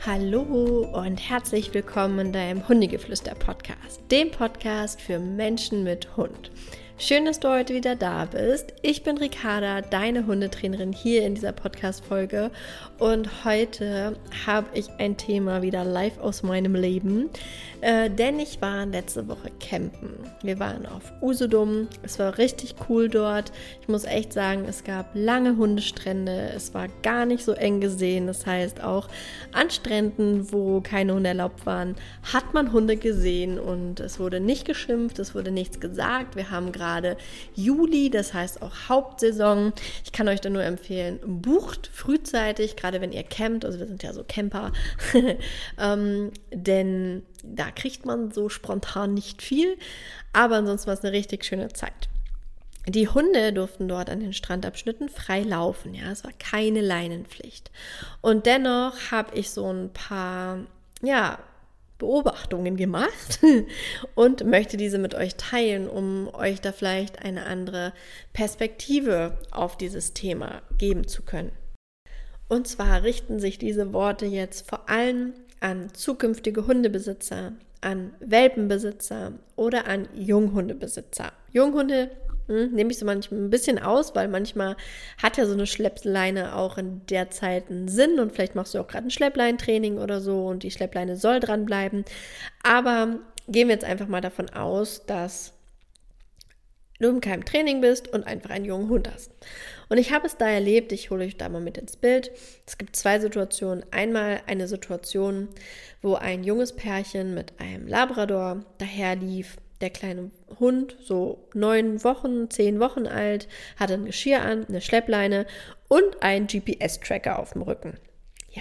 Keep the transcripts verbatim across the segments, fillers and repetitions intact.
Hallo und herzlich willkommen in deinem Hundegeflüster-Podcast, dem Podcast für Menschen mit Hund. Schön, dass du heute wieder da bist. Ich bin Ricarda, deine Hundetrainerin hier in dieser Podcast-Folge und heute habe ich ein Thema wieder live aus meinem Leben, äh, denn ich war letzte Woche campen. Wir waren auf Usedom, es war richtig cool dort. Ich muss echt sagen, es gab lange Hundestrände, es war gar nicht so eng gesehen. Das heißt, auch an Stränden, wo keine Hunde erlaubt waren, hat man Hunde gesehen und es wurde nicht geschimpft, es wurde nichts gesagt. Wir haben gerade gerade Juli, das heißt auch Hauptsaison. Ich kann euch da nur empfehlen, bucht frühzeitig, gerade wenn ihr campt, also wir sind ja so Camper, ähm, denn da kriegt man so spontan nicht viel, aber ansonsten war es eine richtig schöne Zeit. Die Hunde durften dort an den Strandabschnitten frei laufen, ja, es war keine Leinenpflicht. Und dennoch habe ich so ein paar, ja, Beobachtungen gemacht und möchte diese mit euch teilen, um euch da vielleicht eine andere Perspektive auf dieses Thema geben zu können. Und zwar richten sich diese Worte jetzt vor allem an zukünftige Hundebesitzer, an Welpenbesitzer oder an Junghundebesitzer. Junghunde Hm, nehme ich so manchmal ein bisschen aus, weil manchmal hat ja so eine Schleppleine auch in der Zeit einen Sinn und vielleicht machst du auch gerade ein Schleppleintraining oder so und die Schleppleine soll dranbleiben. Aber gehen wir jetzt einfach mal davon aus, dass du in keinem Training bist und einfach einen jungen Hund hast. Und ich habe es da erlebt, ich hole euch da mal mit ins Bild. Es gibt zwei Situationen. Einmal eine Situation, wo ein junges Pärchen mit einem Labrador daherlief. Der kleine Hund, so neun Wochen, zehn Wochen alt, hatte ein Geschirr an, eine Schleppleine und einen G P S-Tracker auf dem Rücken. Ja,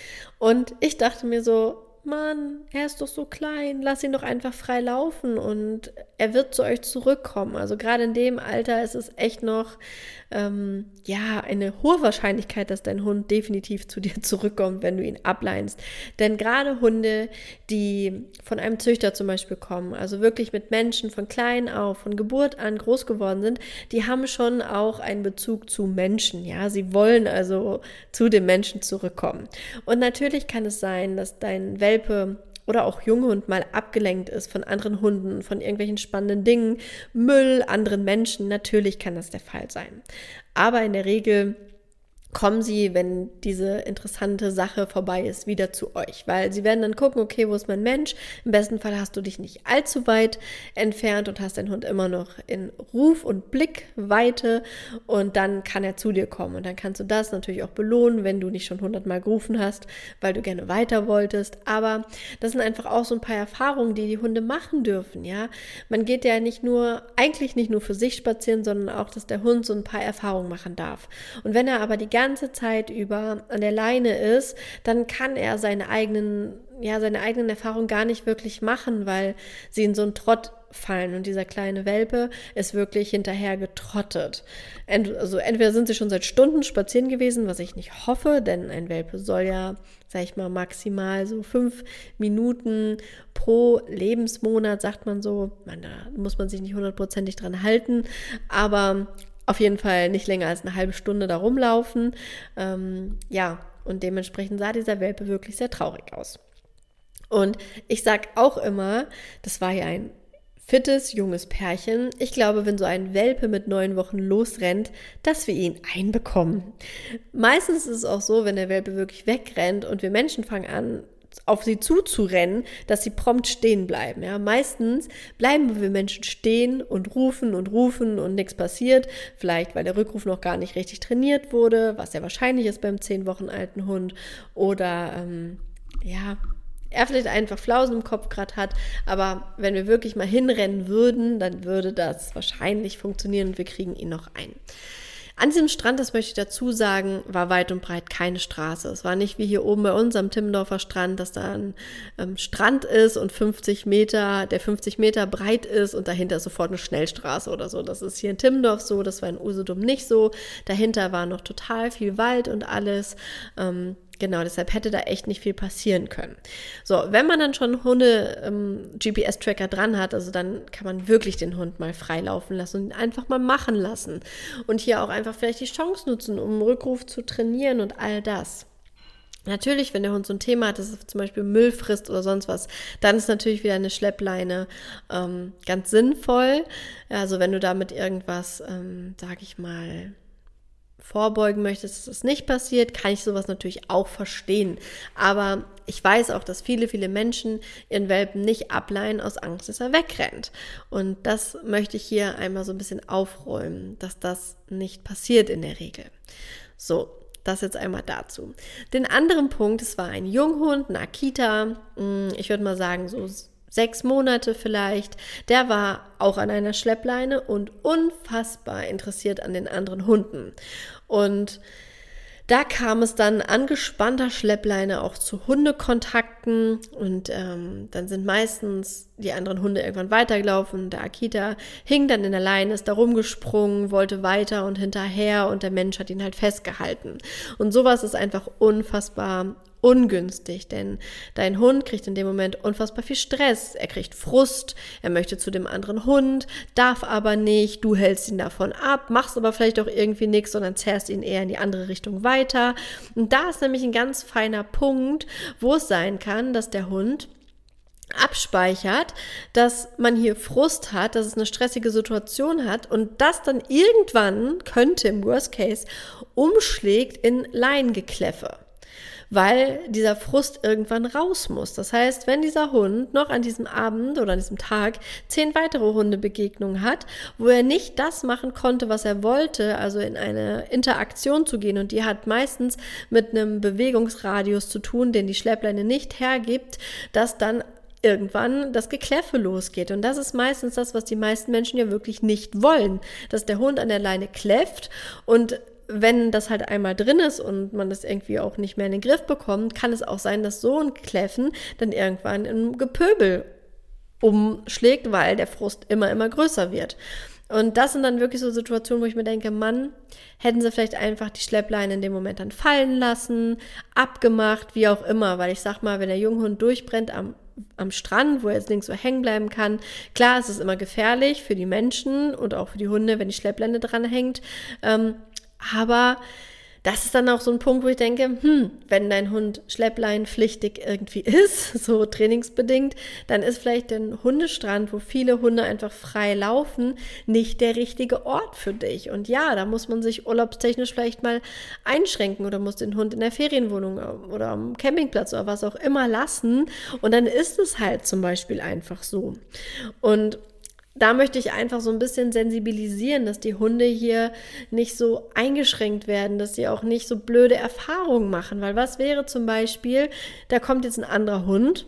und ich dachte mir so, Mann, er ist doch so klein, lass ihn doch einfach frei laufen und er wird zu euch zurückkommen. Also gerade in dem Alter ist es echt noch, ähm, ja, eine hohe Wahrscheinlichkeit, dass dein Hund definitiv zu dir zurückkommt, wenn du ihn ableinst. Denn gerade Hunde, die von einem Züchter zum Beispiel kommen, also wirklich mit Menschen von klein auf, von Geburt an groß geworden sind, die haben schon auch einen Bezug zu Menschen. Ja, sie wollen also zu den Menschen zurückkommen. Und natürlich kann es sein, dass dein Welpe oder auch Junghund mal abgelenkt ist von anderen Hunden, von irgendwelchen spannenden Dingen, Müll, anderen Menschen. Natürlich kann das der Fall sein. Aber in der Regel kommen sie, wenn diese interessante Sache vorbei ist, wieder zu euch, weil sie werden dann gucken, okay, wo ist mein Mensch? Im besten Fall hast du dich nicht allzu weit entfernt und hast deinen Hund immer noch in Ruf- und Blickweite und dann kann er zu dir kommen und dann kannst du das natürlich auch belohnen, wenn du nicht schon hundertmal gerufen hast, weil du gerne weiter wolltest, aber das sind einfach auch so ein paar Erfahrungen, die die Hunde machen dürfen, ja. Man geht ja nicht nur, eigentlich nicht nur für sich spazieren, sondern auch, dass der Hund so ein paar Erfahrungen machen darf. Und wenn er aber die ganze Zeit über an der Leine ist, dann kann er seine eigenen, ja, seine eigenen Erfahrungen gar nicht wirklich machen, weil sie in so einen Trott fallen und dieser kleine Welpe ist wirklich hinterher getrottet. Ent, also entweder sind sie schon seit Stunden spazieren gewesen, was ich nicht hoffe, denn ein Welpe soll ja, sag ich mal, maximal so fünf Minuten pro Lebensmonat, sagt man so, man, da muss man sich nicht hundertprozentig dran halten, aber auf jeden Fall nicht länger als eine halbe Stunde da rumlaufen. Ähm, ja, und dementsprechend sah dieser Welpe wirklich sehr traurig aus. Und ich sag auch immer, das war ja ein fittes, junges Pärchen. Ich glaube, wenn so ein Welpe mit neun Wochen losrennt, dass wir ihn einbekommen. Meistens ist es auch so, wenn der Welpe wirklich wegrennt und wir Menschen fangen an, auf sie zuzurennen, dass sie prompt stehen bleiben. Ja, meistens bleiben wir Menschen stehen und rufen und rufen und nichts passiert. Vielleicht, weil der Rückruf noch gar nicht richtig trainiert wurde, was ja wahrscheinlich ist beim zehn Wochen alten Hund. Oder, ähm, ja, er vielleicht einfach Flausen im Kopf gerade hat. Aber wenn wir wirklich mal hinrennen würden, dann würde das wahrscheinlich funktionieren und wir kriegen ihn noch ein. An diesem Strand, das möchte ich dazu sagen, war weit und breit keine Straße. Es war nicht wie hier oben bei uns am Timmendorfer Strand, dass da ein ähm, Strand ist und fünfzig Meter, der fünfzig Meter breit ist und dahinter ist sofort eine Schnellstraße oder so. Das ist hier in Timmendorf so, das war in Usedom nicht so. Dahinter war noch total viel Wald und alles. Ähm, Genau, deshalb hätte da echt nicht viel passieren können. So, wenn man dann schon Hunde-G P S-Tracker dran hat, also dann kann man wirklich den Hund mal frei laufen lassen und ihn einfach mal machen lassen. Und hier auch einfach vielleicht die Chance nutzen, um einen Rückruf zu trainieren und all das. Natürlich, wenn der Hund so ein Thema hat, dass er zum Beispiel Müll frisst oder sonst was, dann ist natürlich wieder eine Schleppleine ähm, ganz sinnvoll. Also wenn du damit irgendwas, ähm, sag ich mal, vorbeugen möchtest, dass das nicht passiert, kann ich sowas natürlich auch verstehen. Aber ich weiß auch, dass viele, viele Menschen ihren Welpen nicht ableihen aus Angst, dass er wegrennt. Und das möchte ich hier einmal so ein bisschen aufräumen, dass das nicht passiert in der Regel. So. Das jetzt einmal dazu. Den anderen Punkt, es war ein Junghund, ein Akita, ich würde mal sagen so sechs Monate vielleicht, der war auch an einer Schleppleine und unfassbar interessiert an den anderen Hunden. Und da kam es dann an gespannter Schleppleine auch zu Hundekontakten und ähm, dann sind meistens die anderen Hunde irgendwann weitergelaufen. Der Akita hing dann in der Leine, ist da rumgesprungen, wollte weiter und hinterher und der Mensch hat ihn halt festgehalten. Und sowas ist einfach unfassbar ungünstig, denn dein Hund kriegt in dem Moment unfassbar viel Stress, er kriegt Frust, er möchte zu dem anderen Hund, darf aber nicht, du hältst ihn davon ab, machst aber vielleicht auch irgendwie nichts, sondern zerrst ihn eher in die andere Richtung weiter. Und da ist nämlich ein ganz feiner Punkt, wo es sein kann, dass der Hund abspeichert, dass man hier Frust hat, dass es eine stressige Situation hat und das dann irgendwann könnte im Worst Case umschlägt in Leinengekläffe, weil dieser Frust irgendwann raus muss. Das heißt, wenn dieser Hund noch an diesem Abend oder an diesem Tag zehn weitere Hundebegegnungen hat, wo er nicht das machen konnte, was er wollte, also in eine Interaktion zu gehen, und die hat meistens mit einem Bewegungsradius zu tun, den die Schleppleine nicht hergibt, dass dann irgendwann das Gekläffe losgeht. Und das ist meistens das, was die meisten Menschen ja wirklich nicht wollen, dass der Hund an der Leine kläfft, und wenn das halt einmal drin ist und man das irgendwie auch nicht mehr in den Griff bekommt, kann es auch sein, dass so ein Kläffen dann irgendwann in Gepöbel umschlägt, weil der Frust immer, immer größer wird. Und das sind dann wirklich so Situationen, wo ich mir denke, Mann, hätten sie vielleicht einfach die Schleppleine in dem Moment dann fallen lassen, abgemacht, wie auch immer, weil ich sag mal, wenn der Junghund durchbrennt am am Strand, wo er jetzt links so hängen bleiben kann. Klar, es ist immer gefährlich für die Menschen und auch für die Hunde, wenn die Schleppleine dran hängt. Ähm, aber das ist dann auch so ein Punkt, wo ich denke, hm, wenn dein Hund schleppleinenpflichtig irgendwie ist, so trainingsbedingt, dann ist vielleicht der Hundestrand, wo viele Hunde einfach frei laufen, nicht der richtige Ort für dich. Und ja, da muss man sich urlaubstechnisch vielleicht mal einschränken oder muss den Hund in der Ferienwohnung oder am Campingplatz oder was auch immer lassen. Und dann ist es halt zum Beispiel einfach so. Und da möchte ich einfach so ein bisschen sensibilisieren, dass die Hunde hier nicht so eingeschränkt werden, dass sie auch nicht so blöde Erfahrungen machen. Weil was wäre zum Beispiel, da kommt jetzt ein anderer Hund,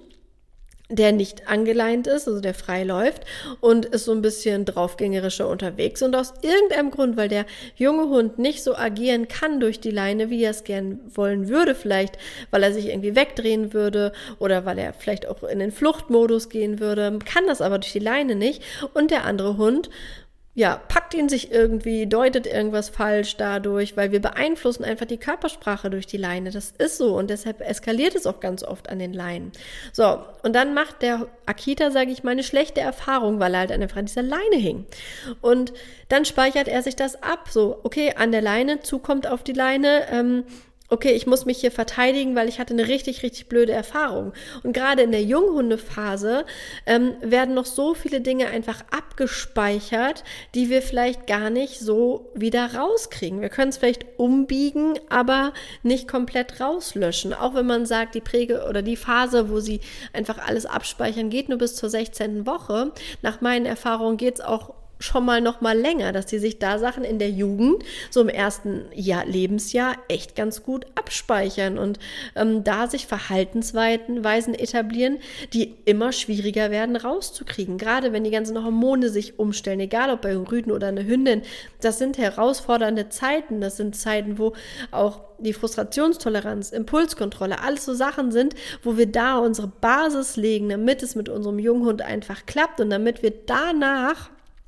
der nicht angeleint ist, also der frei läuft und ist so ein bisschen draufgängerischer unterwegs und aus irgendeinem Grund, weil der junge Hund nicht so agieren kann durch die Leine, wie er es gern wollen würde, vielleicht weil er sich irgendwie wegdrehen würde oder weil er vielleicht auch in den Fluchtmodus gehen würde, kann das aber durch die Leine nicht, und der andere Hund ja, packt ihn sich irgendwie, deutet irgendwas falsch dadurch, weil wir beeinflussen einfach die Körpersprache durch die Leine. Das ist so, und deshalb eskaliert es auch ganz oft an den Leinen. So, und dann macht der Akita, sage ich mal, eine schlechte Erfahrung, weil er halt einfach an dieser Leine hing. Und dann speichert er sich das ab. So, okay, an der Leine, zukommt auf die Leine, ähm, okay, ich muss mich hier verteidigen, weil ich hatte eine richtig, richtig blöde Erfahrung. Und gerade in der Junghundephase ähm, werden noch so viele Dinge einfach abgespeichert, die wir vielleicht gar nicht so wieder rauskriegen. Wir können es vielleicht umbiegen, aber nicht komplett rauslöschen. Auch wenn man sagt, die Präge oder die Phase, wo sie einfach alles abspeichern, geht nur bis zur sechzehnten Woche. Nach meinen Erfahrungen geht es auch schon mal noch mal länger, dass die sich da Sachen in der Jugend, so im ersten Jahr, Lebensjahr, echt ganz gut abspeichern und ähm, da sich Verhaltensweisen etablieren, die immer schwieriger werden rauszukriegen. Gerade wenn die ganzen Hormone sich umstellen, egal ob bei einem Rüden oder einer Hündin, das sind herausfordernde Zeiten, das sind Zeiten, wo auch die Frustrationstoleranz, Impulskontrolle, alles so Sachen sind, wo wir da unsere Basis legen, damit es mit unserem Junghund einfach klappt und damit wir danach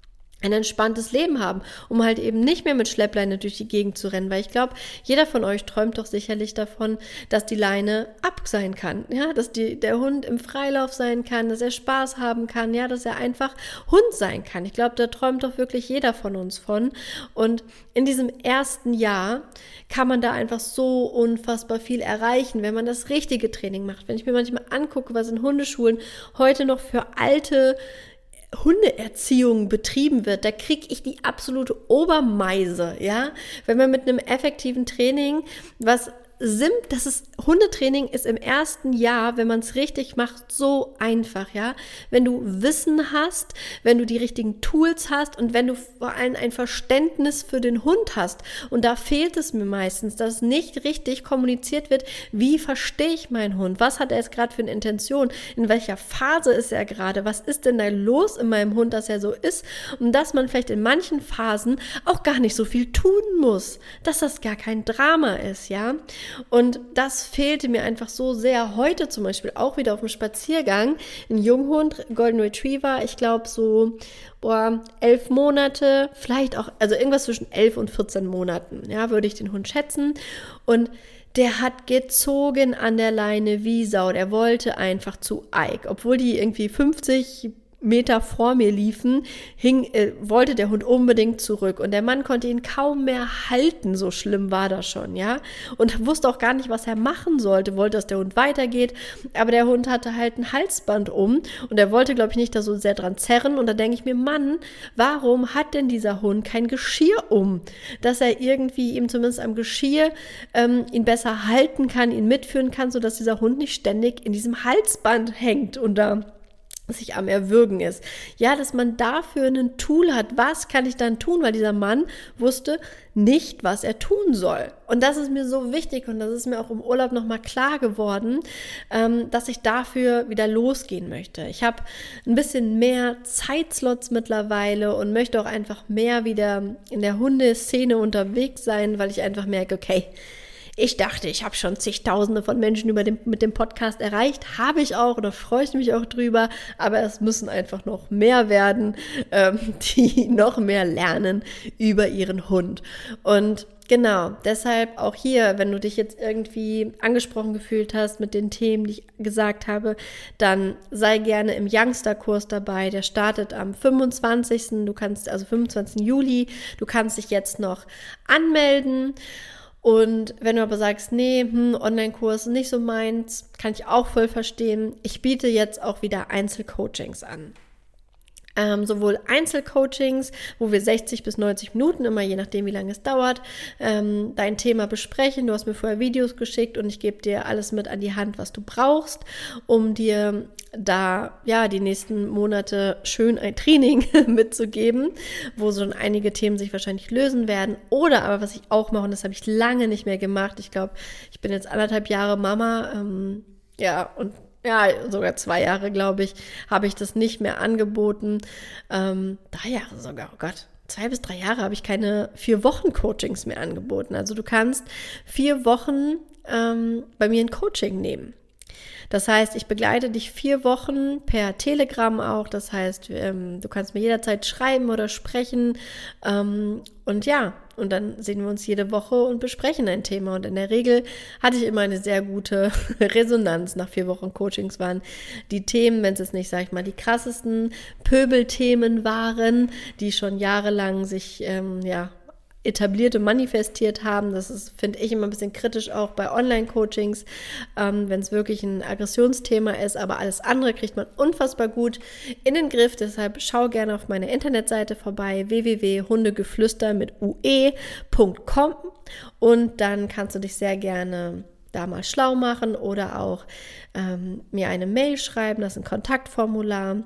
ein entspanntes Leben haben, um halt eben nicht mehr mit Schleppleine durch die Gegend zu rennen, weil ich glaube, jeder von euch träumt doch sicherlich davon, dass die Leine ab sein kann, ja, dass die, der Hund im Freilauf sein kann, dass er Spaß haben kann, ja, dass er einfach Hund sein kann. Ich glaube, da träumt doch wirklich jeder von uns von, und in diesem ersten Jahr kann man da einfach so unfassbar viel erreichen, wenn man das richtige Training macht. Wenn ich mir manchmal angucke, was in Hundeschulen heute noch für alte Hundeerziehung betrieben wird, da kriege ich die absolute Obermeise, ja, wenn man mit einem effektiven Training, was Sim, das ist, Hundetraining ist im ersten Jahr, wenn man es richtig macht, so einfach, ja. Wenn du Wissen hast, wenn du die richtigen Tools hast und wenn du vor allem ein Verständnis für den Hund hast. Und da fehlt es mir meistens, dass nicht richtig kommuniziert wird, wie verstehe ich meinen Hund? Was hat er jetzt gerade für eine Intention? In welcher Phase ist er gerade? Was ist denn da los in meinem Hund, dass er so ist? Und dass man vielleicht in manchen Phasen auch gar nicht so viel tun muss, dass das gar kein Drama ist, ja. Und das fehlte mir einfach so sehr. Heute zum Beispiel auch wieder auf dem Spaziergang, ein Junghund, Golden Retriever, ich glaube so boah, elf Monate, vielleicht auch, also irgendwas zwischen elf und vierzehn Monaten, ja, würde ich den Hund schätzen. Und der hat gezogen an der Leine wie Sau. Der wollte einfach zu Ike, obwohl die irgendwie fünfzig Meter vor mir liefen, hing, äh, wollte der Hund unbedingt zurück, und der Mann konnte ihn kaum mehr halten, so schlimm war das schon, ja, und wusste auch gar nicht, was er machen sollte, wollte, dass der Hund weitergeht, aber der Hund hatte halt ein Halsband um und er wollte, glaube ich, nicht da so sehr dran zerren, und da denke ich mir, Mann, warum hat denn dieser Hund kein Geschirr um, dass er irgendwie ihm zumindest am Geschirr ähm, ihn besser halten kann, ihn mitführen kann, sodass dieser Hund nicht ständig in diesem Halsband hängt und da sich am Erwürgen ist. Ja, dass man dafür ein Tool hat. Was kann ich dann tun? Weil dieser Mann wusste nicht, was er tun soll. Und das ist mir so wichtig, und das ist mir auch im Urlaub nochmal klar geworden, ähm, dass ich dafür wieder losgehen möchte. Ich habe ein bisschen mehr Zeitslots mittlerweile und möchte auch einfach mehr wieder in der Hundeszene unterwegs sein, weil ich einfach merke, okay, ich dachte, ich habe schon zigtausende von Menschen über dem, mit dem Podcast erreicht. Habe ich auch, und da freue ich mich auch drüber. Aber es müssen einfach noch mehr werden, ähm, die noch mehr lernen über ihren Hund. Und genau, deshalb auch hier, wenn du dich jetzt irgendwie angesprochen gefühlt hast mit den Themen, die ich gesagt habe, dann sei gerne im Youngster-Kurs dabei. Der startet am fünfundzwanzigsten Du kannst, also fünfundzwanzigsten Juli, du kannst dich jetzt noch anmelden. Und wenn du aber sagst, nee, hm, Online-Kurs nicht so meins, kann ich auch voll verstehen. Ich biete jetzt auch wieder Einzelcoachings an. Ähm, sowohl Einzelcoachings, wo wir sechzig bis neunzig Minuten, immer je nachdem, wie lange es dauert, ähm, dein Thema besprechen. Du hast mir vorher Videos geschickt und ich gebe dir alles mit an die Hand, was du brauchst, um dir da ja die nächsten Monate schön ein Training mitzugeben, wo so einige Themen sich wahrscheinlich lösen werden. Oder aber was ich auch mache, und das habe ich lange nicht mehr gemacht, ich glaube, ich bin jetzt anderthalb Jahre Mama, ähm, ja, und ja, sogar zwei Jahre, glaube ich, habe ich das nicht mehr angeboten. Ähm, drei Jahre sogar, oh Gott. Zwei bis drei Jahre habe ich keine vier Wochen Coachings mehr angeboten. Also du kannst vier Wochen ähm, bei mir ein Coaching nehmen. Das heißt, ich begleite dich vier Wochen per Telegram auch. Das heißt, ähm, du kannst mir jederzeit schreiben oder sprechen. Ähm, und ja, und dann sehen wir uns jede Woche und besprechen ein Thema. Und in der Regel hatte ich immer eine sehr gute Resonanz. Nach vier Wochen Coachings waren die Themen, wenn es jetzt nicht, sag ich mal, die krassesten Pöbelthemen waren, die schon jahrelang sich, ähm, ja, etabliert und manifestiert haben. Das ist, finde ich, immer ein bisschen kritisch auch bei Online-Coachings, ähm, wenn es wirklich ein Aggressionsthema ist, aber alles andere kriegt man unfassbar gut in den Griff. Deshalb schau gerne auf meine Internetseite vorbei, w w w punkt hundegeflüster mit ue punkt com, und dann kannst du dich sehr gerne da mal schlau machen oder auch ähm, mir eine Mail schreiben, das ist ein Kontaktformular,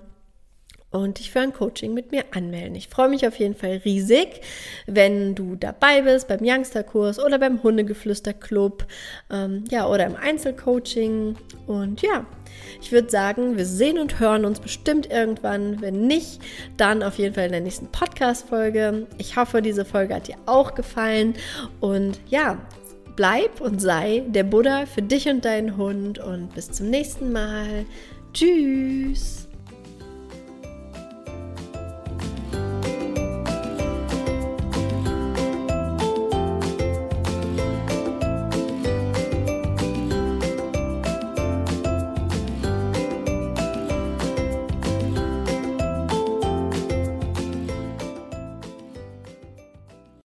und dich für ein Coaching mit mir anmelden. Ich freue mich auf jeden Fall riesig, wenn du dabei bist beim Youngster-Kurs oder beim Hundegeflüster-Club, ähm, ja, oder im Einzelcoaching. Und ja, ich würde sagen, wir sehen und hören uns bestimmt irgendwann. Wenn nicht, dann auf jeden Fall in der nächsten Podcast-Folge. Ich hoffe, diese Folge hat dir auch gefallen. Und ja, bleib und sei der Buddha für dich und deinen Hund. Und bis zum nächsten Mal. Tschüss!